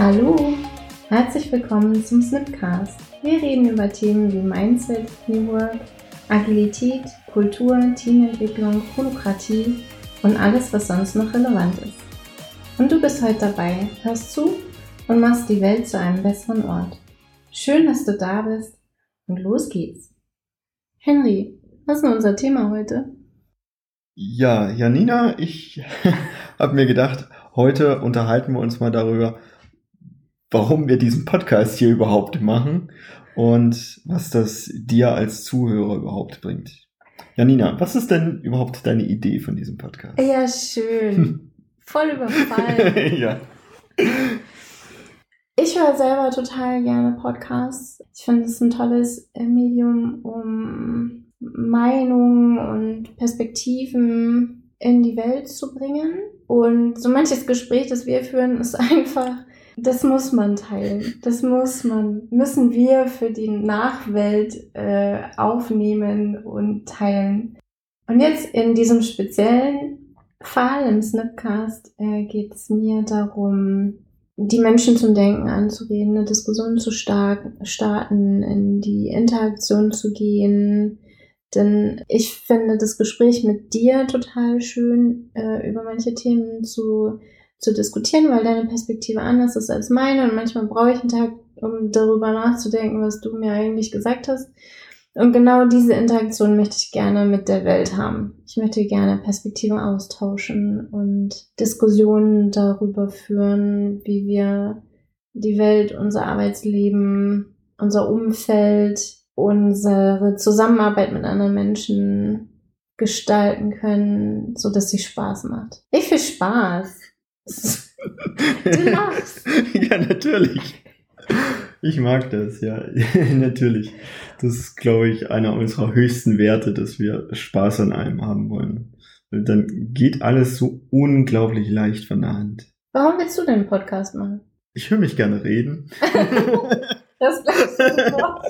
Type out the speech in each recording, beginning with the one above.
Hallo, herzlich willkommen zum Snipcast. Wir reden über Themen wie Mindset, New Work, Agilität, Kultur, Teamentwicklung, Holokratie und alles, was sonst noch relevant ist. Und du bist heute dabei, hörst zu und machst die Welt zu einem besseren Ort. Schön, dass du da bist und los geht's. Henry, was ist denn unser Thema heute? Ja, Janina, ich habe mir gedacht, heute unterhalten wir uns mal darüber, warum wir diesen Podcast hier überhaupt machen und was das dir als Zuhörer überhaupt bringt. Janina, was ist denn überhaupt deine Idee von diesem Podcast? Ja, schön. Voll überfallen. Ja. Ich höre selber total gerne Podcasts. Ich finde es ein tolles Medium, um Meinungen und Perspektiven in die Welt zu bringen. Und so manches Gespräch, das wir führen, ist einfach, das muss man teilen. Müssen wir für die Nachwelt aufnehmen und teilen. Und jetzt in diesem speziellen Fall im Snipcast geht es mir darum, die Menschen zum Denken anzureden, eine Diskussion zu starten, in die Interaktion zu gehen. Denn ich finde das Gespräch mit dir total schön, über manche Themen zu diskutieren, weil deine Perspektive anders ist als meine und manchmal brauche ich einen Tag, um darüber nachzudenken, was du mir eigentlich gesagt hast. Und genau diese Interaktion möchte ich gerne mit der Welt haben. Ich möchte gerne Perspektiven austauschen und Diskussionen darüber führen, wie wir die Welt, unser Arbeitsleben, unser Umfeld, unsere Zusammenarbeit mit anderen Menschen gestalten können, so dass sie Spaß macht. Ich will Spaß. Du lachst. Ja, natürlich. Ich mag das, ja, natürlich. Das ist, glaube ich, einer unserer höchsten Werte, dass wir Spaß an allem haben wollen. Und dann geht alles so unglaublich leicht von der Hand. Warum willst du denn einen Podcast machen? Ich höre mich gerne reden. Das glaubst du sofort.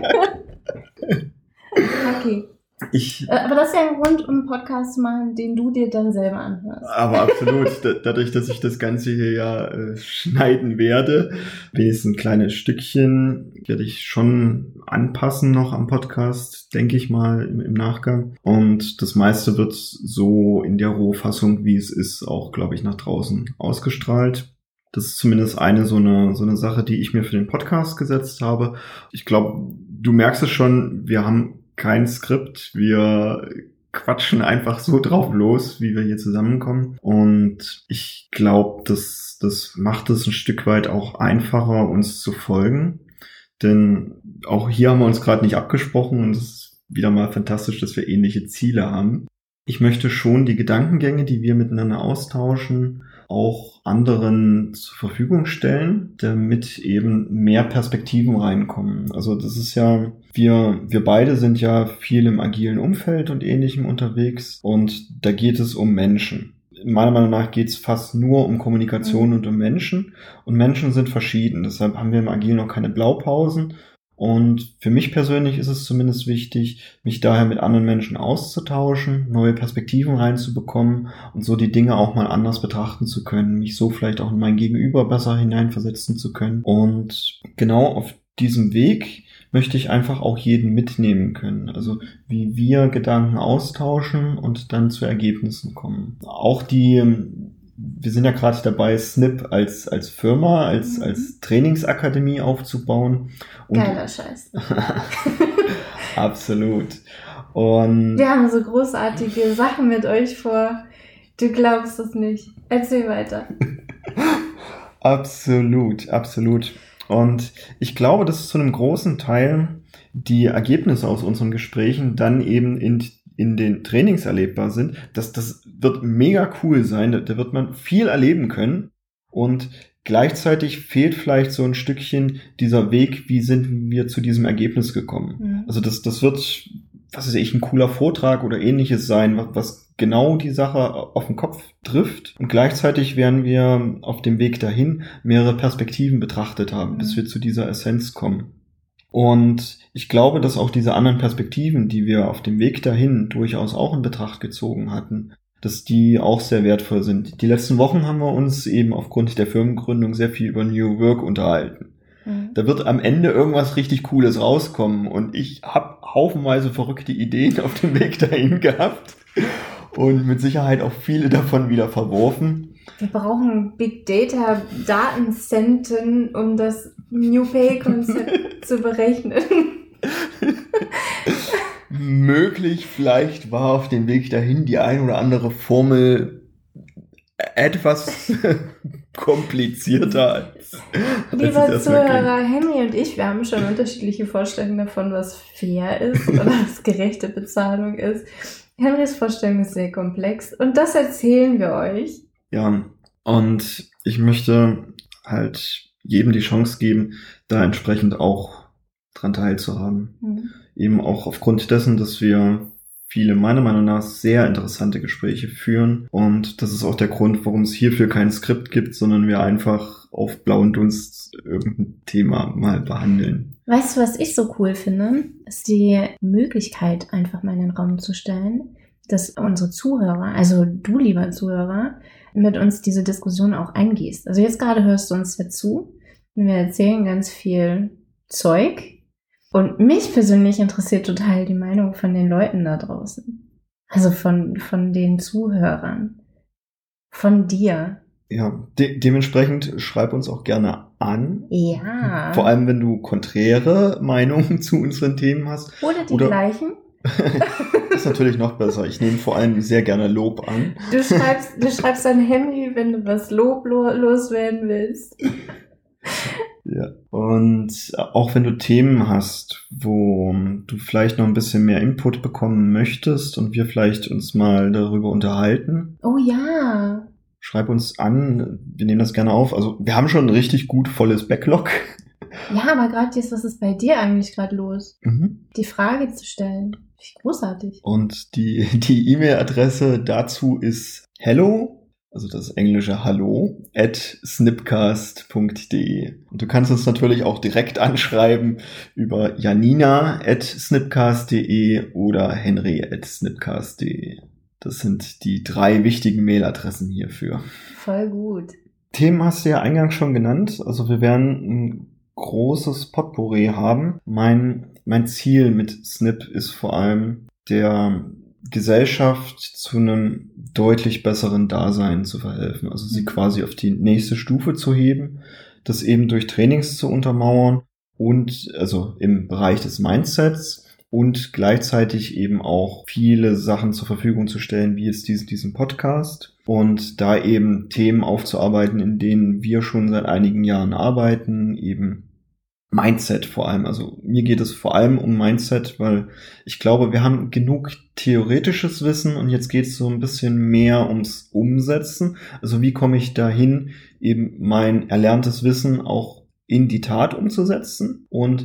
Okay. Aber das ist ja ein Grund, um einen Podcast zu machen, den du dir dann selber anhörst. Aber absolut. Dadurch, dass ich das Ganze hier ja schneiden werde, wenigstens ein kleines Stückchen, werde ich schon anpassen noch am Podcast, denke ich mal, im Nachgang. Und das meiste wird so in der Rohfassung, wie es ist, auch, glaube ich, nach draußen ausgestrahlt. Das ist zumindest so eine Sache, die ich mir für den Podcast gesetzt habe. Ich glaube, du merkst es schon, wir haben kein Skript, wir quatschen einfach so drauf los, wie wir hier zusammenkommen. Und ich glaube, das macht es ein Stück weit auch einfacher, uns zu folgen. Denn auch hier haben wir uns gerade nicht abgesprochen und es ist wieder mal fantastisch, dass wir ähnliche Ziele haben. Ich möchte schon die Gedankengänge, die wir miteinander austauschen, auch anderen zur Verfügung stellen, damit eben mehr Perspektiven reinkommen. Also das ist ja, wir beide sind ja viel im agilen Umfeld und Ähnlichem unterwegs und da geht es um Menschen. Meiner Meinung nach geht es fast nur um Kommunikation und um Menschen und Menschen sind verschieden. Deshalb haben wir im Agilen noch keine Blaupausen. Und für mich persönlich ist es zumindest wichtig, mich daher mit anderen Menschen auszutauschen, neue Perspektiven reinzubekommen und so die Dinge auch mal anders betrachten zu können, mich so vielleicht auch in mein Gegenüber besser hineinversetzen zu können. Und genau auf diesem Weg möchte ich einfach auch jeden mitnehmen können. Also wie wir Gedanken austauschen und dann zu Ergebnissen kommen. Auch wir sind ja gerade dabei, Snip als Firma, als Trainingsakademie aufzubauen. Geiler Scheiß. Absolut. Und wir haben so großartige Sachen mit euch vor. Du glaubst es nicht. Erzähl weiter. Absolut. Und ich glaube, dass zu einem großen Teil die Ergebnisse aus unseren Gesprächen dann eben in den Trainings erlebbar sind. Das wird mega cool sein. Da wird man viel erleben können. Und gleichzeitig fehlt vielleicht so ein Stückchen dieser Weg, wie sind wir zu diesem Ergebnis gekommen. Mhm. Also das wird, was weiß ich, ein cooler Vortrag oder ähnliches sein, was genau die Sache auf den Kopf trifft. Und gleichzeitig werden wir auf dem Weg dahin mehrere Perspektiven betrachtet haben, bis wir zu dieser Essenz kommen. Und ich glaube, dass auch diese anderen Perspektiven, die wir auf dem Weg dahin durchaus auch in Betracht gezogen hatten, dass die auch sehr wertvoll sind. Die letzten Wochen haben wir uns eben aufgrund der Firmengründung sehr viel über New Work unterhalten. Da wird am Ende irgendwas richtig Cooles rauskommen und ich habe haufenweise verrückte Ideen auf dem Weg dahin gehabt und mit Sicherheit auch viele davon wieder verworfen. Wir brauchen Big Data Datenzentren, um das New Pay-Konzept zu berechnen. Möglich, vielleicht war auf dem Weg dahin die ein oder andere Formel etwas komplizierter als Lieber Zuhörer, Henry und ich, wir haben schon unterschiedliche Vorstellungen davon, was fair ist oder was gerechte Bezahlung ist. Henrys Vorstellung ist sehr komplex und das erzählen wir euch. Ja, und ich möchte halt jedem die Chance geben, da entsprechend auch dran teilzuhaben. Eben auch aufgrund dessen, dass wir viele, meiner Meinung nach, sehr interessante Gespräche führen. Und das ist auch der Grund, warum es hierfür kein Skript gibt, sondern wir einfach auf blauen Dunst irgendein Thema mal behandeln. Weißt du, was ich so cool finde? Ist die Möglichkeit, einfach mal in den Raum zu stellen, dass unsere Zuhörer, also du, lieber Zuhörer, mit uns diese Diskussion auch eingehst. Also jetzt gerade hörst du uns ja zu und wir erzählen ganz viel Zeug. Und mich persönlich interessiert total die Meinung von den Leuten da draußen. Also von den Zuhörern. Von dir. Ja, dementsprechend schreib uns auch gerne an. Ja. Vor allem, wenn du konträre Meinungen zu unseren Themen hast. Oder die gleichen. Ist natürlich noch besser. Ich nehme vor allem sehr gerne Lob an. Du schreibst an Henry, wenn du was loswerden willst. Ja, und auch wenn du Themen hast, wo du vielleicht noch ein bisschen mehr Input bekommen möchtest und wir vielleicht uns mal darüber unterhalten. Oh ja. Schreib uns an, wir nehmen das gerne auf. Also wir haben schon ein richtig gut volles Backlog. Ja, aber gerade jetzt, was ist bei dir eigentlich gerade los? Die Frage zu stellen. Großartig. Und die E-Mail-Adresse dazu ist hello, also das englische Hallo, @snipcast.de. Und du kannst uns natürlich auch direkt anschreiben über janina@snipcast.de oder henry@snipcast.de. Das sind die 3 wichtigen Mailadressen hierfür. Voll gut. Themen hast du ja eingangs schon genannt. Also wir werden ein großes Potpourri haben. Mein Ziel mit Snip ist vor allem, der Gesellschaft zu einem deutlich besseren Dasein zu verhelfen. Also sie quasi auf die nächste Stufe zu heben, das eben durch Trainings zu untermauern und also im Bereich des Mindsets und gleichzeitig eben auch viele Sachen zur Verfügung zu stellen, wie jetzt diesen Podcast und da eben Themen aufzuarbeiten, in denen wir schon seit einigen Jahren arbeiten, eben Mindset vor allem. Also mir geht es vor allem um Mindset, weil ich glaube, wir haben genug theoretisches Wissen und jetzt geht es so ein bisschen mehr ums Umsetzen. Also wie komme ich dahin, eben mein erlerntes Wissen auch in die Tat umzusetzen und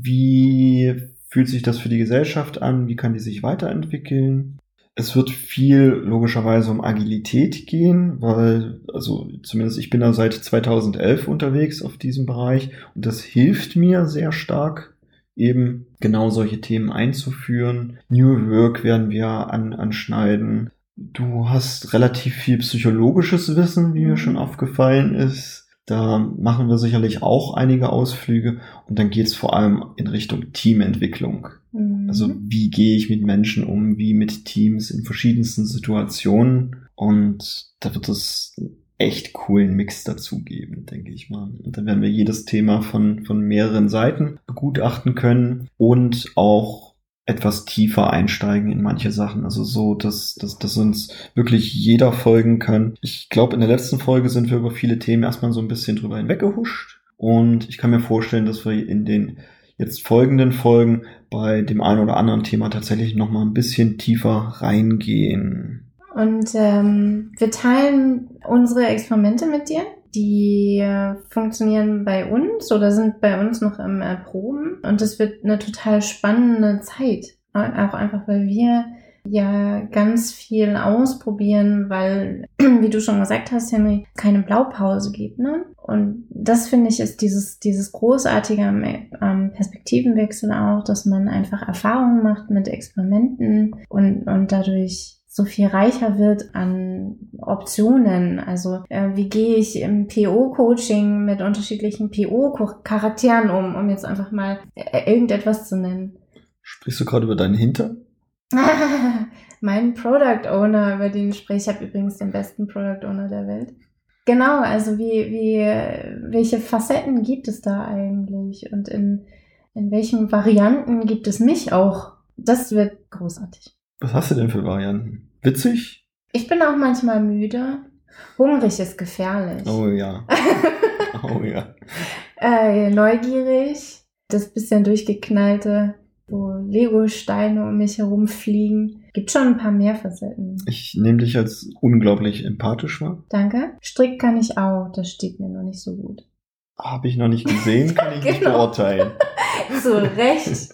wie fühlt sich das für die Gesellschaft an, wie kann die sich weiterentwickeln. Es wird viel logischerweise um Agilität gehen, weil, also zumindest ich bin da seit 2011 unterwegs auf diesem Bereich und das hilft mir sehr stark, eben genau solche Themen einzuführen. New Work werden wir anschneiden. Du hast relativ viel psychologisches Wissen, wie mir schon aufgefallen ist. Da machen wir sicherlich auch einige Ausflüge und dann geht es vor allem in Richtung Teamentwicklung. Also wie gehe ich mit Menschen um, wie mit Teams in verschiedensten Situationen und da wird es einen echt coolen Mix dazu geben, denke ich mal. Und dann werden wir jedes Thema von mehreren Seiten begutachten können und auch etwas tiefer einsteigen in manche Sachen. Also so, dass uns wirklich jeder folgen kann. Ich glaube, in der letzten Folge sind wir über viele Themen erstmal so ein bisschen drüber hinweggehuscht. Und ich kann mir vorstellen, dass wir in den jetzt folgenden Folgen bei dem einen oder anderen Thema tatsächlich nochmal ein bisschen tiefer reingehen. Und wir teilen unsere Experimente mit dir. Die funktionieren bei uns oder sind bei uns noch im Erproben. Und es wird eine total spannende Zeit. Auch einfach, weil wir ja ganz viel ausprobieren, weil, wie du schon gesagt hast, Henry, keine Blaupause gibt, ne? Und das, finde ich, ist dieses großartige Perspektivenwechsel auch, dass man einfach Erfahrungen macht mit Experimenten und dadurch so viel reicher wird an Optionen. Also wie gehe ich im PO-Coaching mit unterschiedlichen PO-Charakteren um jetzt einfach mal irgendetwas zu nennen. Sprichst du gerade über deinen Hintern? Mein Product Owner, über den ich spreche. Ich habe übrigens den besten Product Owner der Welt. Genau, also welche Facetten gibt es da eigentlich? Und in welchen Varianten gibt es mich auch? Das wird großartig. Was hast du denn für Varianten? Witzig? Ich bin auch manchmal müde. Hungrig ist gefährlich. Oh ja. Oh ja. Neugierig. Das bisschen durchgeknallte, wo Lego-Steine um mich herumfliegen. Gibt schon ein paar mehr Facetten. Ich nehme dich als unglaublich empathisch wahr. Danke. Strick kann ich auch. Das steht mir noch nicht so gut. Habe ich noch nicht gesehen, kann ich nicht beurteilen. Zu Recht.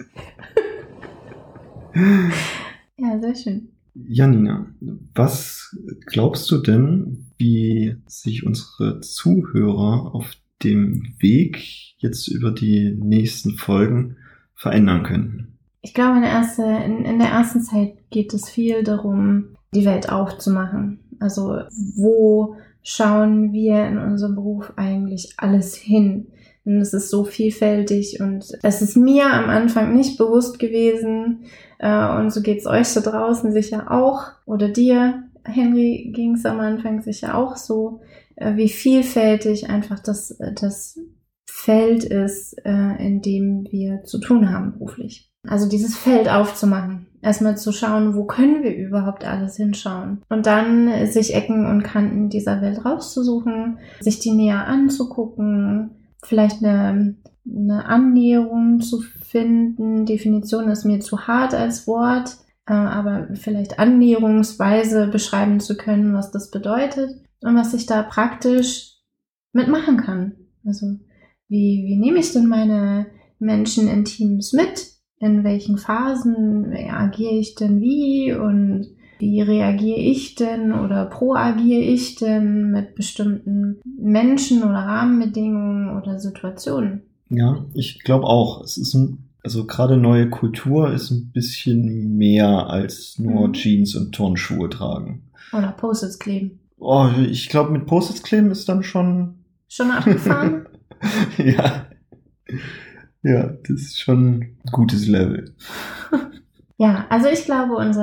Ja, sehr schön. Janina, was glaubst du denn, wie sich unsere Zuhörer auf dem Weg jetzt über die nächsten Folgen verändern können? Ich glaube, in der ersten Zeit geht es viel darum, die Welt aufzumachen. Also wo schauen wir in unserem Beruf eigentlich alles hin? Und es ist so vielfältig und es ist mir am Anfang nicht bewusst gewesen und so geht es euch da draußen sicher auch oder dir, Henry, ging es am Anfang sicher auch so, wie vielfältig einfach das Feld ist, in dem wir zu tun haben beruflich. Also dieses Feld aufzumachen, erstmal zu schauen, wo können wir überhaupt alles hinschauen und dann sich Ecken und Kanten dieser Welt rauszusuchen, sich die näher anzugucken, vielleicht eine Annäherung zu finden. Definition ist mir zu hart als Wort, aber vielleicht annäherungsweise beschreiben zu können, was das bedeutet und was ich da praktisch mitmachen kann. Also wie nehme ich denn meine Menschen in Teams mit? In welchen Phasen agiere ich denn wie und wie reagiere ich denn oder proagiere ich denn mit bestimmten Menschen oder Rahmenbedingungen oder Situationen? Ja, ich glaube auch. Es ist also gerade neue Kultur ist ein bisschen mehr als nur Jeans und Turnschuhe tragen. Oder Post-its kleben. Oh, ich glaube, mit Post-its kleben ist dann schon abgefahren? Ja. Ja, das ist schon ein gutes Level. Ja, also ich glaube, unser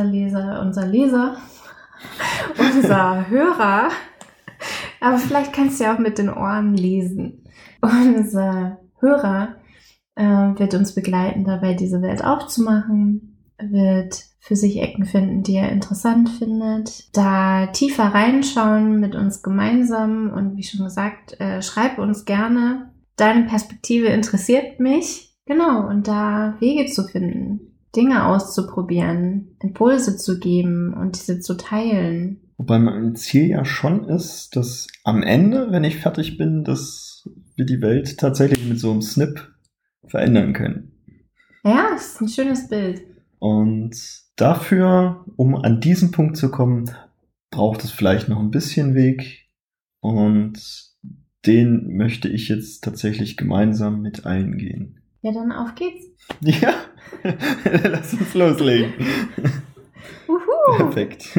Hörer, aber vielleicht kannst du ja auch mit den Ohren lesen. Unser Hörer wird uns begleiten dabei, diese Welt aufzumachen, wird für sich Ecken finden, die er interessant findet, da tiefer reinschauen mit uns gemeinsam und wie schon gesagt, schreib uns gerne. Deine Perspektive interessiert mich. Genau, und da Wege zu finden, Dinge auszuprobieren, Impulse zu geben und diese zu teilen. Wobei mein Ziel ja schon ist, dass am Ende, wenn ich fertig bin, dass wir die Welt tatsächlich mit so einem Snip verändern können. Ja, das ist ein schönes Bild. Und dafür, um an diesen Punkt zu kommen, braucht es vielleicht noch ein bisschen Weg. Und den möchte ich jetzt tatsächlich gemeinsam mit allen gehen. Ja, dann auf geht's. Ja, lass uns loslegen. Perfekt.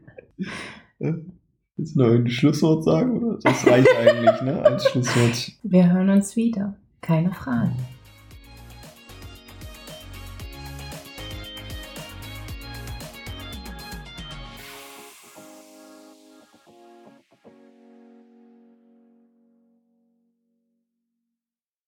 Willst du noch ein Schlusswort sagen? Oder? Das reicht eigentlich, ne? Als Schlusswort. Wir hören uns wieder. Keine Frage.